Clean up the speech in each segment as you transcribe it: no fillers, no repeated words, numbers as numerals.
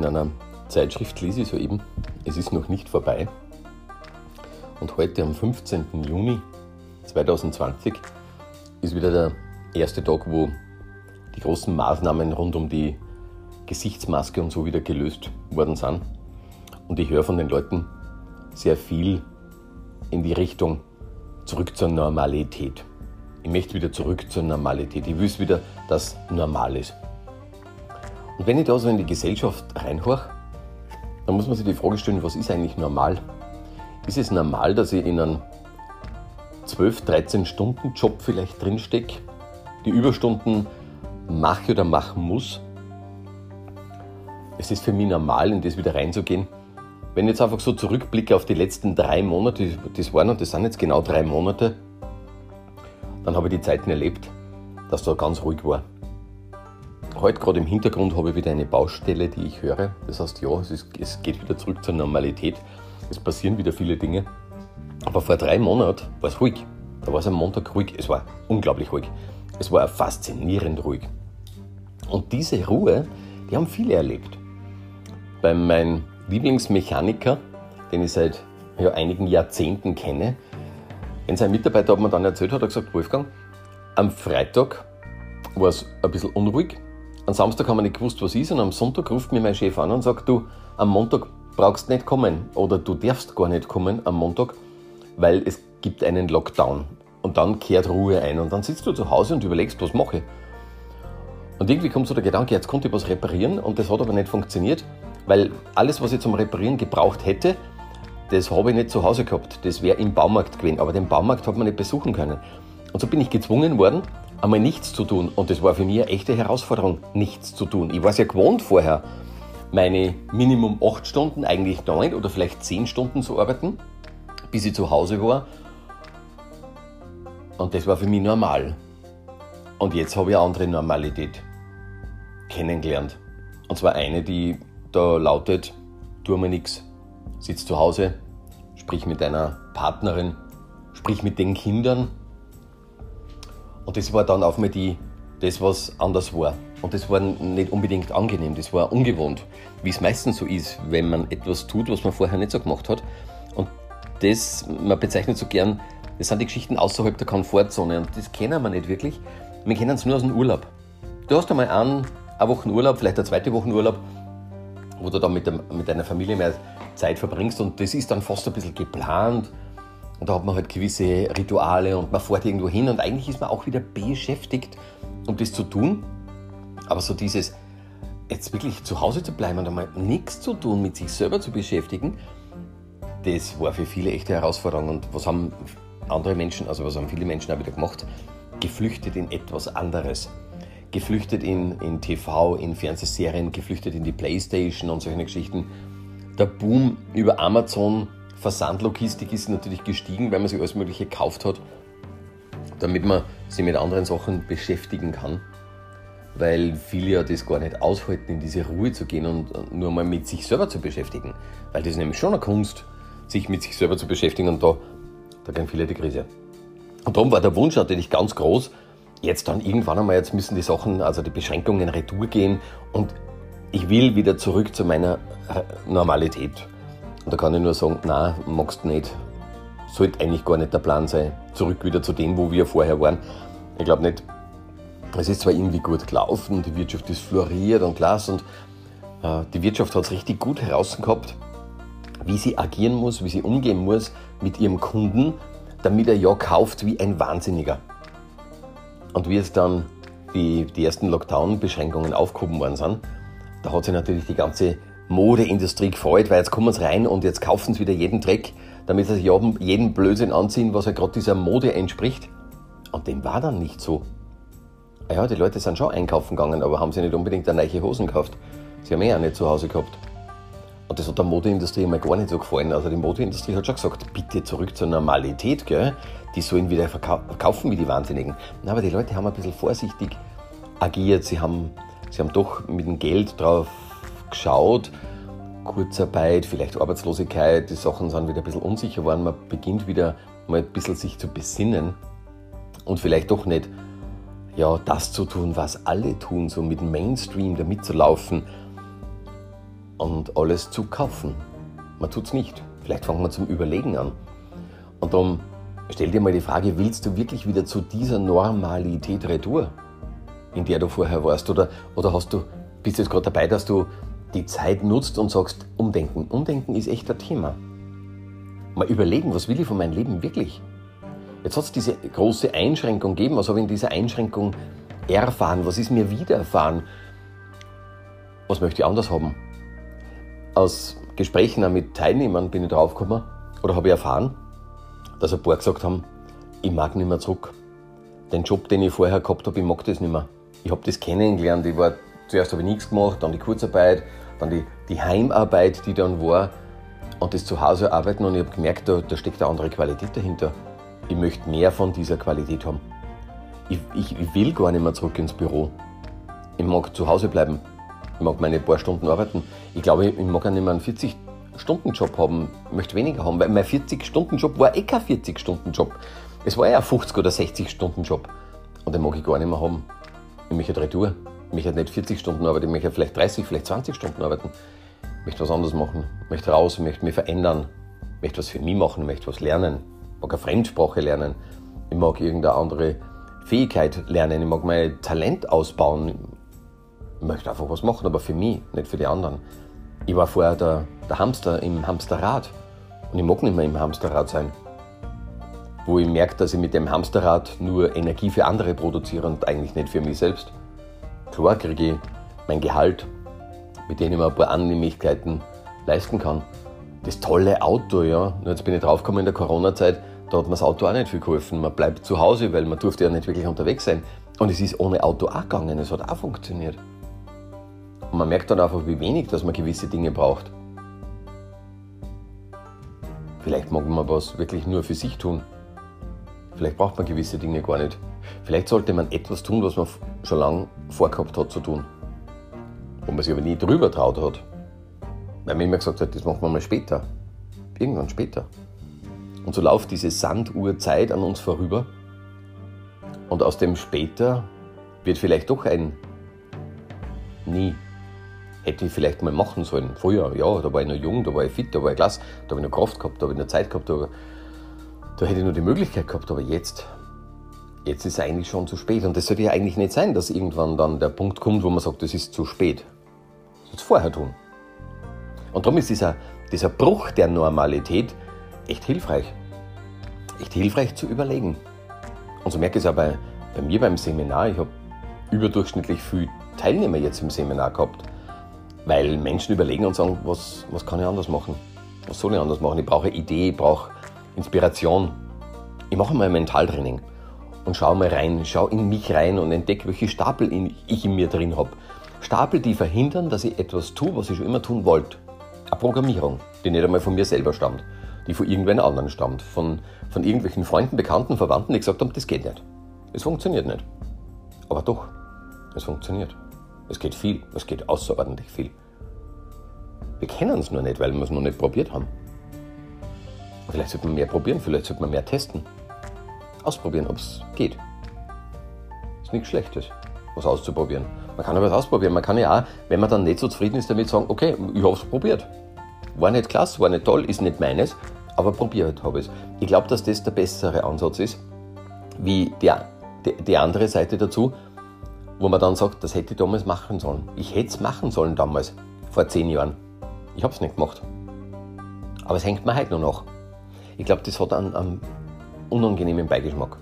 in einer Zeitschrift lese ich soeben, es ist noch nicht vorbei. Und heute am 15. Juni 2020 ist wieder der erste Tag, wo die großen Maßnahmen rund um die Gesichtsmaske und so wieder gelöst worden sind. Und ich höre von den Leuten sehr viel in die Richtung zurück zur Normalität. Ich möchte wieder zurück zur Normalität. Ich will wieder, dass normal ist. Und wenn ich da so in die Gesellschaft reinhorche, dann muss man sich die Frage stellen, was ist eigentlich normal? Ist es normal, dass ich in einem 12-13 Stunden Job vielleicht drinstecke, die Überstunden mache oder machen muss? Es ist für mich normal, in das wieder reinzugehen. Wenn ich jetzt einfach so zurückblicke auf die letzten 3 Monate, das sind jetzt genau 3 Monate, dann habe ich die Zeiten erlebt, dass da ganz ruhig war. Heute gerade im Hintergrund habe ich wieder eine Baustelle, die ich höre. Das heißt, ja, es geht wieder zurück zur Normalität. Es passieren wieder viele Dinge. Aber vor 3 Monaten war es ruhig. Da war es am Montag ruhig. Es war unglaublich ruhig. Es war faszinierend ruhig. Und diese Ruhe, die haben viele erlebt. Bei meinem Lieblingsmechaniker, den ich seit einigen Jahrzehnten kenne, wenn sein Mitarbeiter hat mir dann erzählt, hat er gesagt, Wolfgang, am Freitag war es ein bisschen unruhig. Am Samstag haben wir nicht gewusst, was ist, und am Sonntag ruft mich mein Chef an und sagt, du, am Montag brauchst nicht kommen oder du darfst gar nicht kommen am Montag, weil es gibt einen Lockdown. Und dann kehrt Ruhe ein und dann sitzt du zu Hause und überlegst, was mache ich. Und irgendwie kommt so der Gedanke, jetzt konnte ich was reparieren, und das hat aber nicht funktioniert, weil alles, was ich zum Reparieren gebraucht hätte, das habe ich nicht zu Hause gehabt. Das wäre im Baumarkt gewesen, aber den Baumarkt hat man nicht besuchen können. Und so bin ich gezwungen worden, einmal nichts zu tun. Und das war für mich eine echte Herausforderung, nichts zu tun. Ich war es ja gewohnt vorher, meine Minimum 8 Stunden, eigentlich 9 oder vielleicht 10 Stunden zu arbeiten, bis ich zu Hause war. Und das war für mich normal. Und jetzt habe ich eine andere Normalität kennengelernt. Und zwar eine, die da lautet, tu mir nichts, sitz zu Hause, sprich mit deiner Partnerin, sprich mit den Kindern. Und das war dann auf einmal das, was anders war. Und das war nicht unbedingt angenehm, das war ungewohnt, wie es meistens so ist, wenn man etwas tut, was man vorher nicht so gemacht hat. Und das, man bezeichnet so gern, das sind die Geschichten außerhalb der Komfortzone, und das kennen wir nicht wirklich. Wir kennen es nur aus dem Urlaub. Du hast einmal eine Woche Urlaub, vielleicht eine 2. Woche Urlaub, wo du dann mit deiner Familie mehr Zeit verbringst, und das ist dann fast ein bisschen geplant. Und da hat man halt gewisse Rituale und man fährt irgendwo hin, und eigentlich ist man auch wieder beschäftigt, um das zu tun. Aber so dieses, jetzt wirklich zu Hause zu bleiben und einmal nichts zu tun, mit sich selber zu beschäftigen, das war für viele echte Herausforderung. Und was haben andere Menschen, also was haben viele Menschen auch wieder gemacht? Geflüchtet in etwas anderes. Geflüchtet in TV, in Fernsehserien, geflüchtet in die Playstation und solche Geschichten. Der Boom über Amazon, Versandlogistik ist natürlich gestiegen, weil man sich alles Mögliche gekauft hat, damit man sich mit anderen Sachen beschäftigen kann. Weil viele ja das gar nicht aushalten, in diese Ruhe zu gehen und nur mal mit sich selber zu beschäftigen. Weil das ist nämlich schon eine Kunst, sich mit sich selber zu beschäftigen, und da gehen viele die Krise. Und darum war der Wunsch natürlich ganz groß, jetzt dann irgendwann einmal, jetzt müssen die Sachen, also die Beschränkungen retour gehen, und ich will wieder zurück zu meiner Normalität. Und da kann ich nur sagen, nein, magst du nicht. Sollte eigentlich gar nicht der Plan sein. Zurück wieder zu dem, wo wir vorher waren. Ich glaube nicht. Es ist zwar irgendwie gut gelaufen, die Wirtschaft ist floriert und klasse, und die Wirtschaft hat es richtig gut heraus gehabt, wie sie agieren muss, wie sie umgehen muss mit ihrem Kunden, damit er ja kauft wie ein Wahnsinniger. Und wie es dann die ersten Lockdown-Beschränkungen aufgehoben worden sind, da hat sich natürlich die ganze Modeindustrie gefreut, weil jetzt kommen sie rein und jetzt kaufen sie wieder jeden Dreck, damit sie sich jeden Blödsinn anziehen, was ja gerade dieser Mode entspricht. Und dem war dann nicht so. Ja, die Leute sind schon einkaufen gegangen, aber haben sich nicht unbedingt eine neue Hosen gekauft. Sie haben auch nicht zu Hause gehabt. Und das hat der Modeindustrie mal gar nicht so gefallen. Also die Modeindustrie hat schon gesagt, bitte zurück zur Normalität, gell? Die sollen wieder verkaufen wie die Wahnsinnigen. Aber die Leute haben ein bisschen vorsichtig agiert. Sie haben doch mit dem Geld drauf geschaut. Kurzarbeit, vielleicht Arbeitslosigkeit, die Sachen sind wieder ein bisschen unsicher geworden. Man beginnt wieder mal ein bisschen sich zu besinnen und vielleicht doch nicht das zu tun, was alle tun, so mit dem Mainstream da mitzulaufen. und alles zu kaufen. Man tut es nicht. Vielleicht fängt man zum Überlegen an. Und darum stell dir mal die Frage, willst du wirklich wieder zu dieser Normalität retour, in der du vorher warst? Oder bist du jetzt gerade dabei, dass du die Zeit nutzt und sagst, umdenken. Umdenken ist echt ein Thema. Mal überlegen, was will ich von meinem Leben wirklich? Jetzt hat es diese große Einschränkung gegeben. Was habe ich in dieser Einschränkung erfahren? Was ist mir widerfahren? Was möchte ich anders haben? Aus Gesprächen auch mit Teilnehmern bin ich draufgekommen oder habe ich erfahren, dass ein paar gesagt haben, ich mag nicht mehr zurück. Den Job, den ich vorher gehabt habe, ich mag das nicht mehr. Ich habe das kennengelernt. Zuerst habe ich nichts gemacht, dann die Kurzarbeit, dann die Heimarbeit, die dann war und das Zuhause arbeiten und ich habe gemerkt, da steckt eine andere Qualität dahinter. Ich möchte mehr von dieser Qualität haben. Ich will gar nicht mehr zurück ins Büro. Ich mag zu Hause bleiben. Ich mag meine paar Stunden arbeiten. Ich glaube, ich mag auch nicht mehr einen 40-Stunden-Job haben. Ich möchte weniger haben, weil mein 40-Stunden-Job war kein 40-Stunden-Job. Es war ja ein 50- oder 60-Stunden-Job. Und den mag ich gar nicht mehr haben. Ich möchte retour. Ich möchte nicht 40 Stunden arbeiten, ich möchte vielleicht 30, vielleicht 20 Stunden arbeiten. Ich möchte was anderes machen. Ich möchte raus, ich möchte mich verändern. Ich möchte was für mich machen, ich möchte was lernen. Ich mag eine Fremdsprache lernen. Ich mag irgendeine andere Fähigkeit lernen. Ich mag mein Talent ausbauen. Ich möchte einfach was machen, aber für mich, nicht für die anderen. Ich war vorher der Hamster im Hamsterrad und ich mag nicht mehr im Hamsterrad sein. Wo ich merke, dass ich mit dem Hamsterrad nur Energie für andere produziere und eigentlich nicht für mich selbst. Klar kriege ich mein Gehalt, mit dem ich mir ein paar Annehmlichkeiten leisten kann. Das tolle Auto, ja. Und jetzt bin ich draufgekommen in der Corona-Zeit, da hat mir das Auto auch nicht viel geholfen. Man bleibt zu Hause, weil man durfte ja nicht wirklich unterwegs sein. Und es ist ohne Auto auch gegangen, es hat auch funktioniert. Und man merkt dann einfach, wie wenig, dass man gewisse Dinge braucht. Vielleicht mag man was wirklich nur für sich tun. Vielleicht braucht man gewisse Dinge gar nicht. Vielleicht sollte man etwas tun, was man schon lange vorgehabt hat zu tun. Wo man sich aber nie drüber traut hat. Weil man immer gesagt hat, das machen wir mal später. Irgendwann später. Und so läuft diese Sanduhrzeit an uns vorüber. Und aus dem später wird vielleicht doch ein nie. Hätte ich vielleicht mal machen sollen. Früher, ja, da war ich noch jung, da war ich fit, da war ich klasse, da habe ich noch Kraft gehabt, da habe ich noch Zeit gehabt, da hätte ich noch die Möglichkeit gehabt. Aber jetzt ist es eigentlich schon zu spät. Und das sollte ja eigentlich nicht sein, dass irgendwann dann der Punkt kommt, wo man sagt, das ist zu spät. Das soll es vorher tun. Und darum ist dieser Bruch der Normalität echt hilfreich. Echt hilfreich zu überlegen. Und so merke ich es auch bei mir beim Seminar. Ich habe überdurchschnittlich viele Teilnehmer jetzt im Seminar gehabt. Weil Menschen überlegen und sagen, was kann ich anders machen? Was soll ich anders machen? Ich brauche eine Idee, ich brauche Inspiration. Ich mache mal ein Mentaltraining und schaue mal rein, schaue in mich rein und entdecke, welche Stapel ich in mir drin habe. Stapel, die verhindern, dass ich etwas tue, was ich schon immer tun wollte. Eine Programmierung, die nicht einmal von mir selber stammt, die von irgendwen anderen stammt, von irgendwelchen Freunden, Bekannten, Verwandten, die gesagt haben, das geht nicht. Es funktioniert nicht. Aber doch, es funktioniert. Es geht viel, es geht außerordentlich viel. Wir kennen es nur nicht, weil wir es noch nicht probiert haben. Vielleicht sollte man mehr probieren, vielleicht sollte man mehr testen. Ausprobieren, ob es geht. Ist nichts Schlechtes, was auszuprobieren. Man kann ja was ausprobieren. Man kann ja auch, wenn man dann nicht so zufrieden ist damit, sagen, okay, ich habe es probiert. War nicht klasse, war nicht toll, ist nicht meines, aber probiert habe ich es. Ich glaube, dass das der bessere Ansatz ist, wie die andere Seite dazu, wo man dann sagt, das hätte ich damals machen sollen. Ich hätte es machen sollen damals, vor 10 Jahren. Ich habe es nicht gemacht. Aber es hängt mir heute noch nach. Ich glaube, das hat einen unangenehmen Beigeschmack.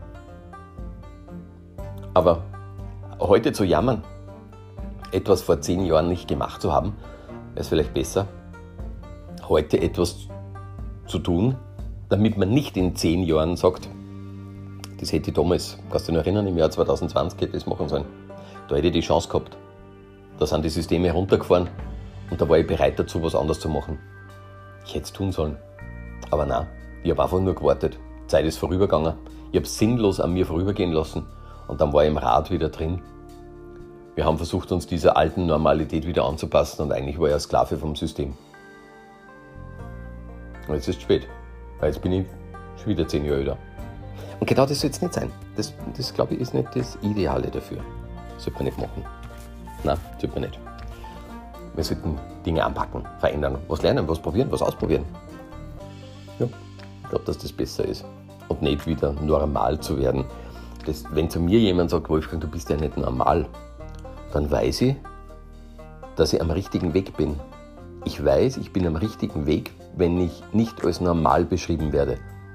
Aber heute zu jammern, etwas vor 10 Jahren nicht gemacht zu haben, wäre es vielleicht besser, heute etwas zu tun, damit man nicht in 10 Jahren sagt, das hätte ich damals, kannst du dich noch erinnern, im Jahr 2020 hätte ich das machen sollen. Da hätte ich die Chance gehabt. Da sind die Systeme runtergefahren und da war ich bereit dazu, was anderes zu machen. Ich hätte es tun sollen. Aber nein, ich habe einfach nur gewartet. Die Zeit ist vorübergegangen. Ich habe es sinnlos an mir vorübergehen lassen und dann war ich im Rad wieder drin. Wir haben versucht, uns dieser alten Normalität wieder anzupassen und eigentlich war ich ein Sklave vom System. Und jetzt ist es spät, weil jetzt bin ich schon wieder 10 Jahre älter. Und genau das soll es nicht sein. Das glaube ich, ist nicht das Ideale dafür. Das sollte man nicht machen. Nein, sollte man nicht. Wir sollten Dinge anpacken, verändern, was lernen, was probieren, was ausprobieren. Ja, ich glaube, dass das besser ist. Und nicht wieder normal zu werden. Wenn zu mir jemand sagt, Wolfgang, du bist ja nicht normal, dann weiß ich, dass ich am richtigen Weg bin. Ich weiß, ich bin am richtigen Weg, wenn ich nicht als normal beschrieben werde.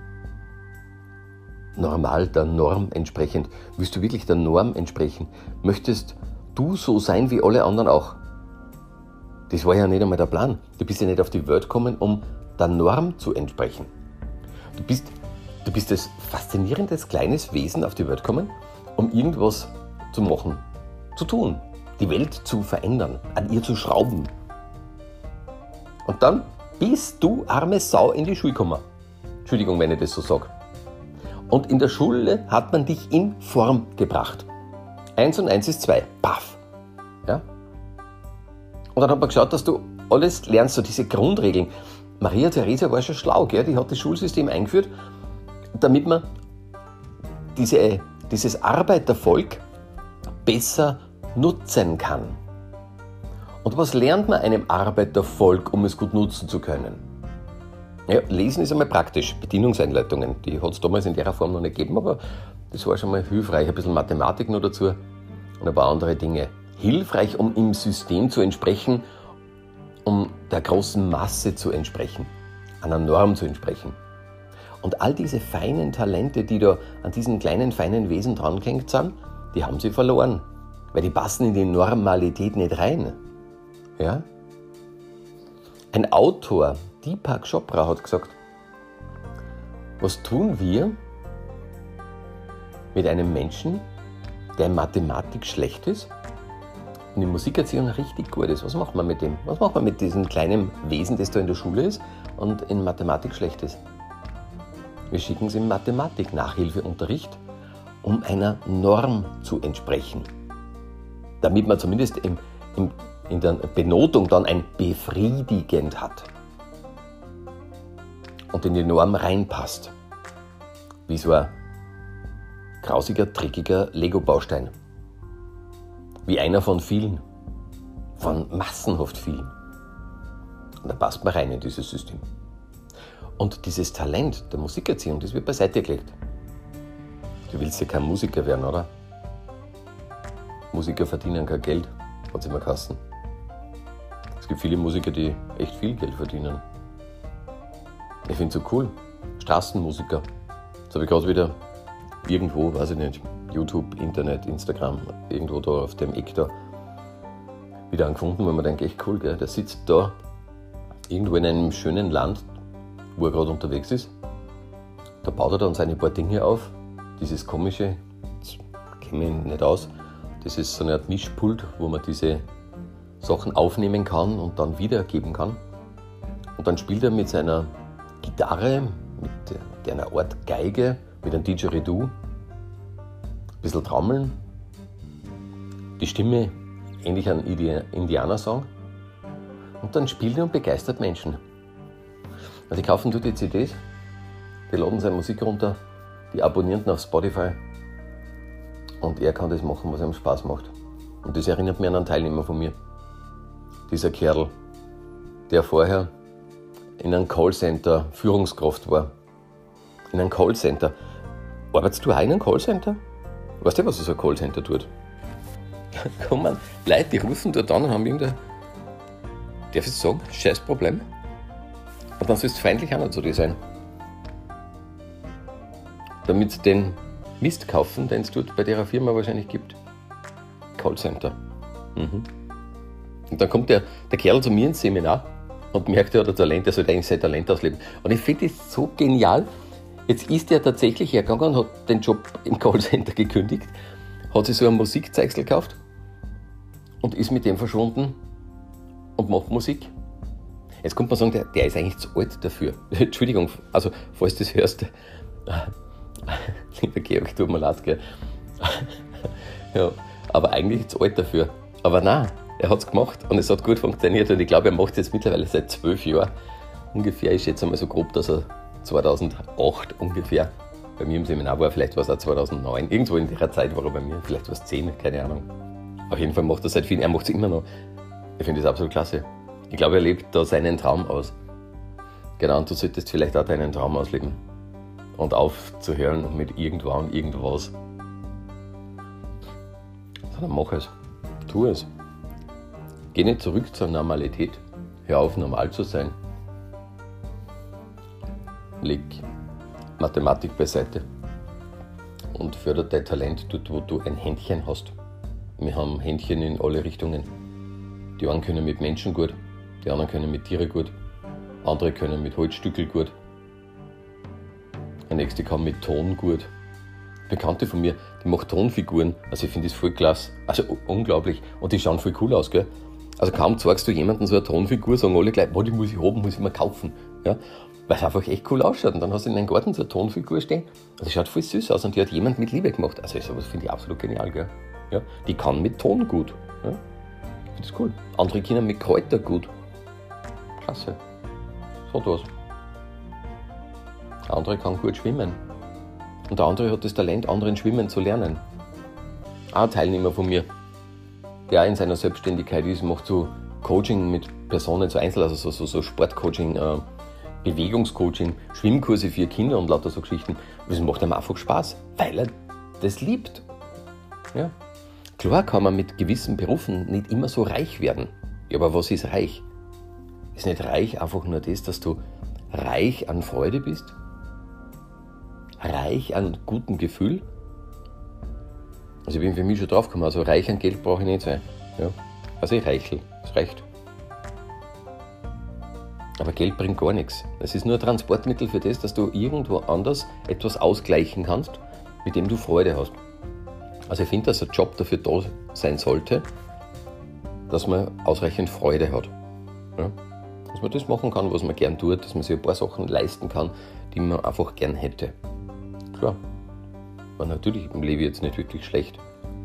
Normal, der Norm entsprechend. Willst du wirklich der Norm entsprechen? Möchtest du so sein wie alle anderen auch? Das war ja nicht einmal der Plan. Du bist ja nicht auf die Welt gekommen, um der Norm zu entsprechen. Du bist als faszinierendes kleines Wesen auf die Welt gekommen, um irgendwas zu machen, zu tun, die Welt zu verändern, an ihr zu schrauben. Und dann bist du, arme Sau, in die Schule gekommen. Entschuldigung, wenn ich das so sage. Und in der Schule hat man dich in Form gebracht. 1 und 1 ist 2. Paff. Ja? Und dann hat man geschaut, dass du alles lernst, so diese Grundregeln. Maria Theresia war schon schlau, gell? Die hat das Schulsystem eingeführt, damit man dieses Arbeitervolk besser nutzen kann. Und was lernt man einem Arbeitervolk, um es gut nutzen zu können? Ja, lesen ist einmal praktisch, Bedienungseinleitungen, die hat es damals in der Form noch nicht gegeben, aber das war schon mal hilfreich, ein bisschen Mathematik noch dazu und ein paar andere Dinge. Hilfreich, um im System zu entsprechen, um der großen Masse zu entsprechen, einer Norm zu entsprechen. Und all diese feinen Talente, die da an diesen kleinen, feinen Wesen drangehängt sind, die haben sie verloren, weil die passen in die Normalität nicht rein. Ja? Ein Autor, Deepak Chopra, hat gesagt, was tun wir mit einem Menschen, der in Mathematik schlecht ist und in Musikerziehung richtig gut ist? Was macht man mit dem? Was macht man mit diesem kleinen Wesen, das da in der Schule ist und in Mathematik schlecht ist? Wir schicken sie in Mathematik-Nachhilfeunterricht, um einer Norm zu entsprechen. Damit man zumindest in der Benotung dann ein befriedigend hat und in die Norm reinpasst. Wie so ein grausiger, dreckiger Lego-Baustein. Wie einer von vielen, von massenhaft vielen. Und da passt man rein in dieses System. Und dieses Talent der Musikerziehung, das wird beiseite gelegt. Du willst ja kein Musiker werden, oder? Musiker verdienen kein Geld, hat es immer geheißen. Es gibt viele Musiker, die echt viel Geld verdienen. Ich finde es so cool. Straßenmusiker. Jetzt habe ich gerade wieder irgendwo, weiß ich nicht, YouTube, Internet, Instagram, irgendwo da auf dem Eck da wieder angefunden, weil man denkt, echt cool, gell? Der sitzt da irgendwo in einem schönen Land, wo er gerade unterwegs ist. Da baut er dann seine paar Dinge auf. Dieses komische, das kenne ich nicht aus, das ist so eine Art Mischpult, wo man diese Sachen aufnehmen kann und dann wiedergeben kann. Und dann spielt er mit seiner Gitarre, mit einer Art Geige, mit einem Didgeridoo, ein bisschen Trommeln, die Stimme ähnlich an Indianersong. Und dann spielt er und begeistert Menschen. Also die kaufen die CDs, die laden seine Musik runter, die abonnieren ihn auf Spotify und er kann das machen, was ihm Spaß macht. Und das erinnert mich an einen Teilnehmer von mir. Dieser Kerl, der vorher in einem Callcenter Führungskraft war. In einem Callcenter. Arbeitest du auch in einem Callcenter? Weißt du, was so ein Callcenter tut? Kommen Leute, die rufen dort an und haben irgendein, darf ich sagen, Scheißproblem? Und dann sollst du freundlich auch noch zu dir sein. Damit sie den Mist kaufen, den es dort bei der Firma wahrscheinlich gibt. Callcenter. Und dann kommt der Kerl zu mir ins Seminar und merkt, er hat ein Talent, er sollte eigentlich sein Talent ausleben. Und ich finde das so genial. Jetzt ist er tatsächlich hergegangen und hat den Job im Callcenter gekündigt, hat sich so ein Musikzeichsel gekauft und ist mit dem verschwunden und macht Musik. Jetzt kommt man sagen, der ist eigentlich zu alt dafür. Entschuldigung, also falls du das hörst, lieber Georg, tut mir leid, gell? Ja, aber eigentlich zu alt dafür. Aber nein, er hat es gemacht und es hat gut funktioniert und ich glaube, er macht es jetzt mittlerweile seit 12 Jahren ungefähr. Ich schätze mal so grob, dass er 2008 ungefähr bei mir im Seminar war, vielleicht war es auch 2009, irgendwo in der Zeit war er bei mir, vielleicht war es 10, keine Ahnung. Auf jeden Fall macht er seit vielen, er macht es immer noch. Ich finde das absolut klasse. Ich glaube, er lebt da seinen Traum aus. Genau, und du solltest vielleicht auch deinen Traum ausleben. Und aufzuhören mit irgendwann, irgendwas. Sondern mach es. Tu es. Geh nicht zurück zur Normalität. Hör auf, normal zu sein. Leg Mathematik beiseite und förder dein Talent dort, wo du ein Händchen hast. Wir haben Händchen in alle Richtungen. Die einen können mit Menschen gut, die anderen können mit Tieren gut, andere können mit Holzstückel gut, der nächste kann mit Ton gut. Bekannte von mir, die macht Tonfiguren, also ich finde das voll klasse, also unglaublich, und die schauen voll cool aus, gell? Also kaum zeigst du jemanden so eine Tonfigur, sagen alle gleich, die muss ich haben, muss ich mir kaufen, ja? Weil es einfach echt cool ausschaut. Und dann hast du in deinem Garten so eine Tonfigur stehen. Also schaut voll süß aus und die hat jemand mit Liebe gemacht. Also sowas finde ich absolut genial, gell? Ja? Die kann mit Ton gut. Ja? Ich finde das cool. Andere können mit Kräuter gut. Klasse. So was. Der andere kann gut schwimmen. Und der andere hat das Talent, anderen schwimmen zu lernen. Auch ein Teilnehmer von mir, der auch in seiner Selbstständigkeit ist, macht so Coaching mit Personen, so Einzel, also so Sportcoaching, Bewegungscoaching, Schwimmkurse für Kinder und lauter so Geschichten. Das macht ihm einfach Spaß, weil er das liebt. Ja. Klar kann man mit gewissen Berufen nicht immer so reich werden. Ja, aber was ist reich? Ist nicht reich einfach nur das, dass du reich an Freude bist? Reich an gutem Gefühl? Also ich bin für mich schon drauf gekommen, also reich an Geld brauche ich nicht sein. Ja. Also ich reichel, das reicht. Aber Geld bringt gar nichts. Es ist nur ein Transportmittel für das, dass du irgendwo anders etwas ausgleichen kannst, mit dem du Freude hast. Also ich finde, dass ein Job dafür da sein sollte, dass man ausreichend Freude hat. Ja? Dass man das machen kann, was man gern tut, dass man sich ein paar Sachen leisten kann, die man einfach gern hätte. Klar. Aber natürlich lebe ich jetzt nicht wirklich schlecht.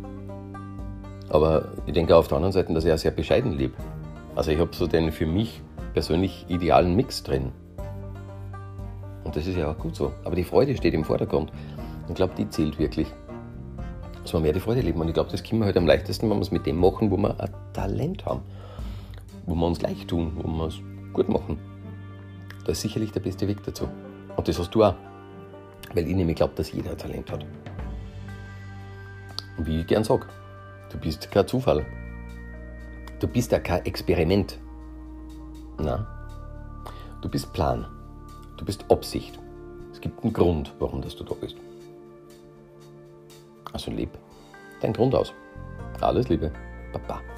Aber ich denke auf der anderen Seite, dass ich auch sehr bescheiden lebe. Also ich habe so den für mich persönlich idealen Mix drin. Und das ist ja auch gut so. Aber die Freude steht im Vordergrund. Ich glaube, die zählt wirklich. Dass wir mehr die Freude leben. Und ich glaube, das können wir halt am leichtesten, wenn wir es mit dem machen, wo wir ein Talent haben. Wo wir uns leicht tun, wo wir es gut machen. Das ist sicherlich der beste Weg dazu. Und das hast du auch. Weil ich nämlich glaube, dass jeder ein Talent hat. Und wie ich gern sage, du bist kein Zufall. Du bist ja kein Experiment. Nein, du bist Plan. Du bist Absicht. Es gibt einen Grund, warum du da bist. Also leb deinen Grund aus. Alles Liebe, Papa.